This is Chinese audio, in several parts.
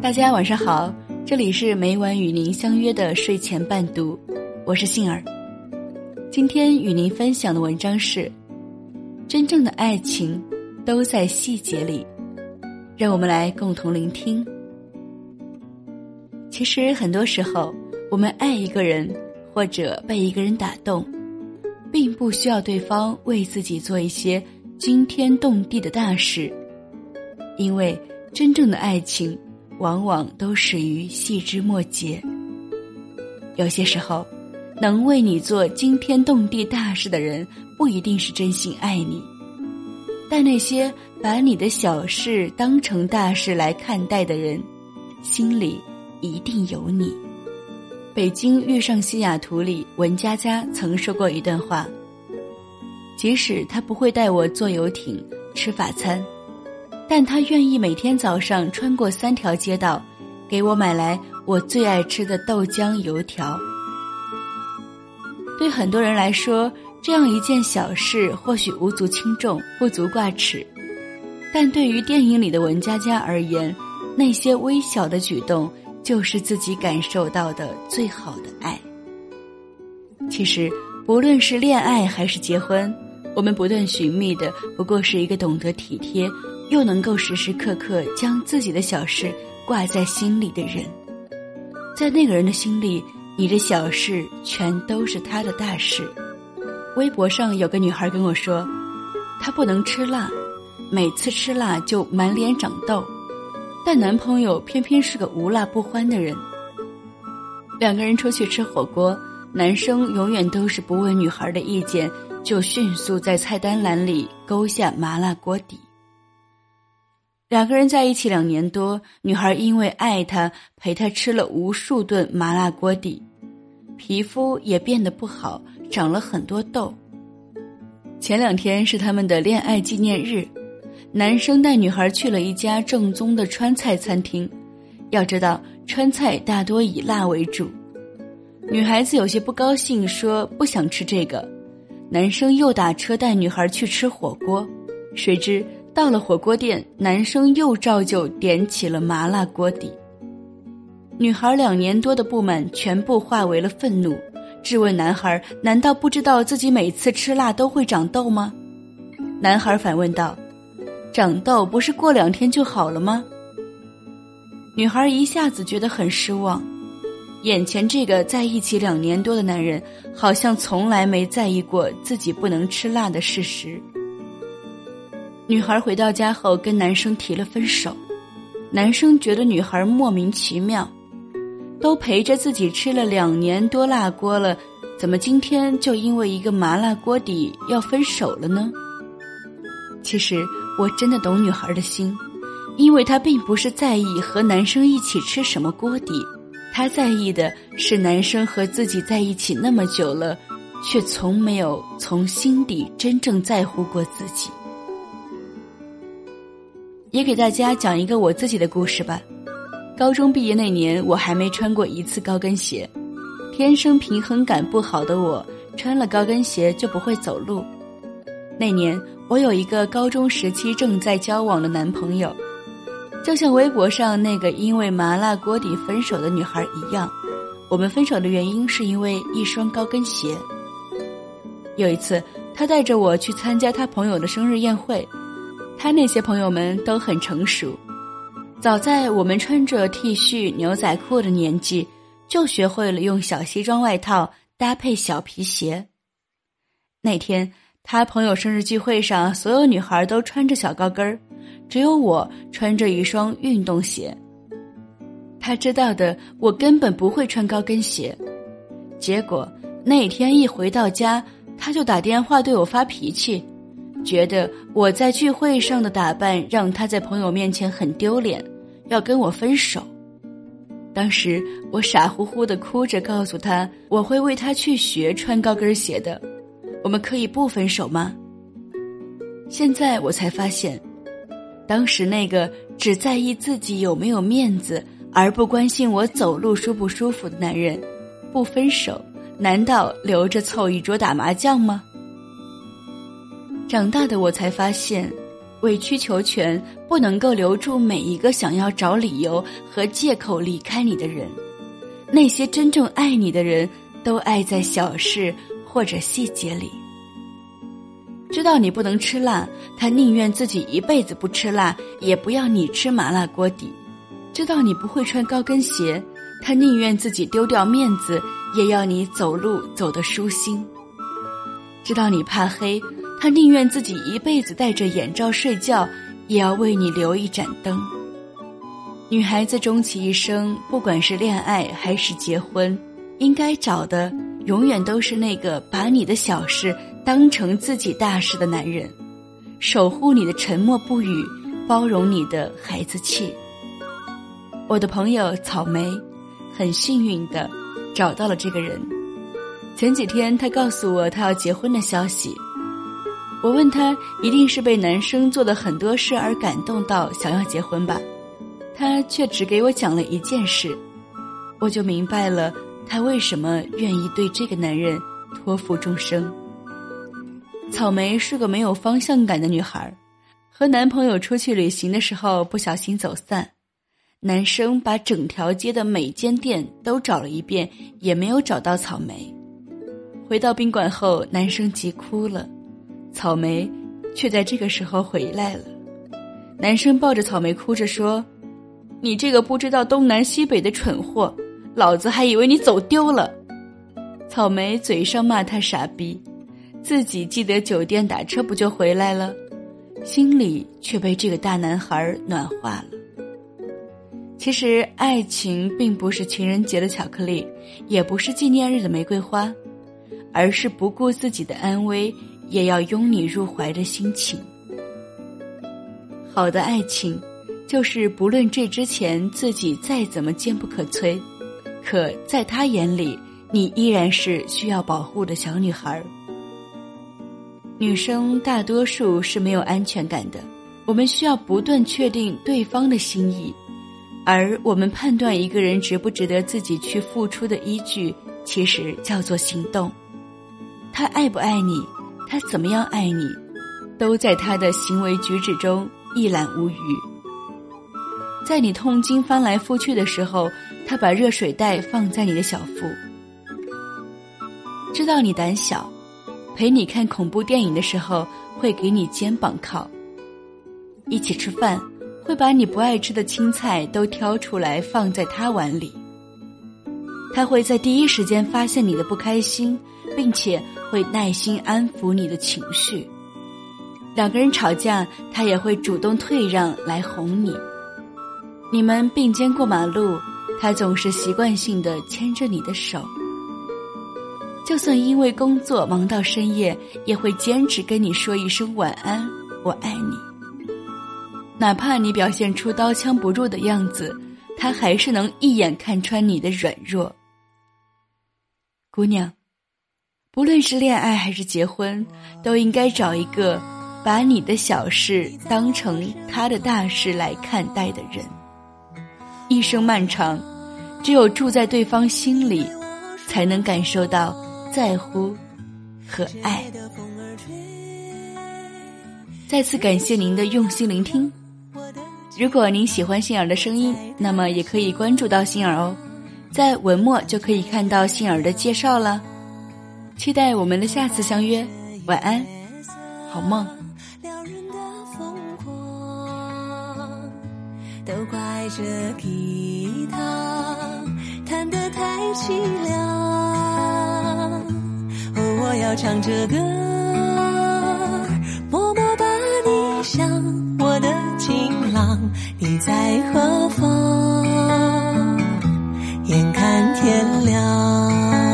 大家晚上好，这里是每晚与您相约的睡前伴读，我是杏儿。今天与您分享的文章是真正的爱情都在细节里，让我们来共同聆听。其实很多时候，我们爱一个人或者被一个人打动，并不需要对方为自己做一些惊天动地的大事，因为真正的爱情往往都始于细枝末节。有些时候，能为你做惊天动地大事的人，不一定是真心爱你，但那些把你的小事当成大事来看待的人，心里一定有你。北京遇上西雅图里，文佳佳曾说过一段话：即使他不会带我坐游艇吃法餐，但他愿意每天早上穿过3条街道，给我买来我最爱吃的豆浆油条。对很多人来说，这样一件小事或许无足轻重，不足挂齿，但对于电影里的文佳佳而言，那些微小的举动就是自己感受到的最好的爱。其实不论是恋爱还是结婚，我们不断寻觅的不过是一个懂得体贴又能够时时刻刻将自己的小事挂在心里的人。在那个人的心里，你的小事全都是他的大事。微博上有个女孩跟我说，她不能吃辣，每次吃辣就满脸长痘，但男朋友偏偏是个无辣不欢的人。2个人出去吃火锅，男生永远都是不问女孩的意见，就迅速在菜单栏里勾下麻辣锅底。2个人在一起2年多，女孩因为爱他，陪他吃了无数顿麻辣锅底，皮肤也变得不好，长了很多痘。前2天是他们的恋爱纪念日，男生带女孩去了一家正宗的川菜餐厅。要知道，川菜大多以辣为主。女孩子有些不高兴，说不想吃这个。男生又打车带女孩去吃火锅，谁知到了火锅店，男生又照旧点起了麻辣锅底。女孩2年多的不满全部化为了愤怒，质问男孩难道不知道自己每次吃辣都会长痘吗？男孩反问道，长痘不是过2天就好了吗？女孩一下子觉得很失望，眼前这个在一起2年多的男人，好像从来没在意过自己不能吃辣的事实。女孩回到家后跟男生提了分手，男生觉得女孩莫名其妙，都陪着自己吃了2年多辣锅了，怎么今天就因为一个麻辣锅底要分手了呢？其实我真的懂女孩的心，因为她并不是在意和男生一起吃什么锅底，她在意的是男生和自己在一起那么久了，却从没有从心底真正在乎过自己。也给大家讲一个我自己的故事吧。高中毕业那年，我还没穿过1次高跟鞋，天生平衡感不好的我，穿了高跟鞋就不会走路。那年我有一个高中时期正在交往的男朋友，就像微博上那个因为麻辣锅底分手的女孩一样，我们分手的原因是因为一双高跟鞋。有一次，他带着我去参加他朋友的生日宴会，他那些朋友们都很成熟，早在我们穿着 T 恤牛仔裤的年纪，就学会了用小西装外套搭配小皮鞋。那天他朋友生日聚会上，所有女孩都穿着小高跟儿，只有我穿着一双运动鞋。他知道的，我根本不会穿高跟鞋。结果那天一回到家，他就打电话对我发脾气，觉得我在聚会上的打扮让他在朋友面前很丢脸，要跟我分手。当时我傻乎乎地哭着告诉他，我会为他去学穿高跟鞋的，我们可以不分手吗？现在我才发现，当时那个只在意自己有没有面子，而不关心我走路舒不舒服的男人，不分手，难道留着凑一桌打麻将吗？长大的我才发现， 委曲求全不能够留住每一个想要找理由和借口离开你的人。那些真正爱你的人，都爱在小事或者细节里。知道你不能吃辣，他宁愿自己一辈子不吃辣，也不要你吃麻辣锅底。知道你不会穿高跟鞋，他宁愿自己丢掉面子，也要你走路走得舒心。知道你怕黑，他宁愿自己一辈子戴着眼罩睡觉，也要为你留一盏灯。女孩子终其一生，不管是恋爱还是结婚，应该找的永远都是那个把你的小事当成自己大事的男人，守护你的沉默不语，包容你的孩子气。我的朋友草莓很幸运地找到了这个人。前几天他告诉我他要结婚的消息，我问他一定是被男生做的很多事而感动到想要结婚吧，他却只给我讲了一件事，我就明白了他为什么愿意对这个男人托付终生。草莓是个没有方向感的女孩，和男朋友出去旅行的时候不小心走散，男生把整条街的每间店都找了一遍，也没有找到草莓。回到宾馆后，男生急哭了，草莓却在这个时候回来了。男生抱着草莓哭着说，你这个不知道东南西北的蠢货，老子还以为你走丢了。草莓嘴上骂他傻逼，自己记得酒店打车不就回来了，心里却被这个大男孩暖化了。其实爱情并不是情人节的巧克力，也不是纪念日的玫瑰花，而是不顾自己的安危也要拥你入怀的心情。好的爱情就是不论这之前自己再怎么坚不可摧，可在他眼里你依然是需要保护的小女孩。女生大多数是没有安全感的，我们需要不断确定对方的心意，而我们判断一个人值不值得自己去付出的依据，其实叫做行动。他爱不爱你，他怎么样爱你，都在他的行为举止中一览无余。在你痛经翻来覆去的时候，他把热水袋放在你的小腹。知道你胆小，陪你看恐怖电影的时候会给你肩膀靠。一起吃饭，会把你不爱吃的青菜都挑出来放在他碗里。他会在第一时间发现你的不开心，并且会耐心安抚你的情绪。两个人吵架，他也会主动退让来哄你。你们并肩过马路，他总是习惯性地牵着你的手。就算因为工作忙到深夜，也会坚持跟你说一声晚安，我爱你。哪怕你表现出刀枪不入的样子，他还是能一眼看穿你的软弱。姑娘，不论是恋爱还是结婚，都应该找一个把你的小事当成他的大事来看待的人。一生漫长，只有住在对方心里，才能感受到在乎和爱。再次感谢您的用心聆听。如果您喜欢心儿的声音，那么也可以关注到心儿哦，在文末就可以看到心儿的介绍了。期待我们的下次相约，晚安，好梦。 都怪这吉他弹得太凄凉，哦，我要唱着歌，默默把你想，我的情郎，你在何方？眼看天亮。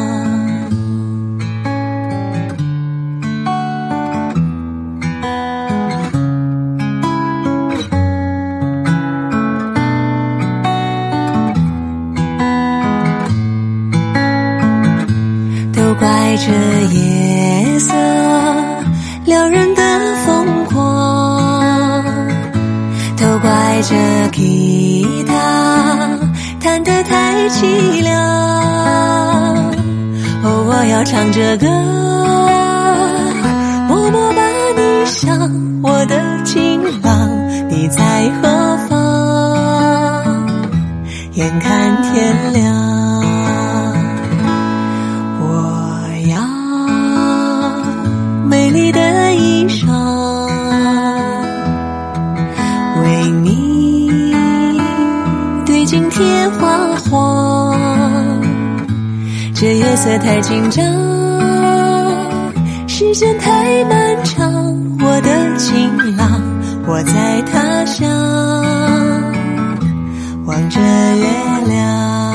怪这夜色撩人的疯狂，都怪这吉他弹得太凄凉，哦，我要唱着歌，默默把你想，我的情你在何方？眼看天亮，我要美丽的衣裳为你对镜贴花黄。这夜色太紧张，时间太漫长，我的情郎，我在他乡望着月亮。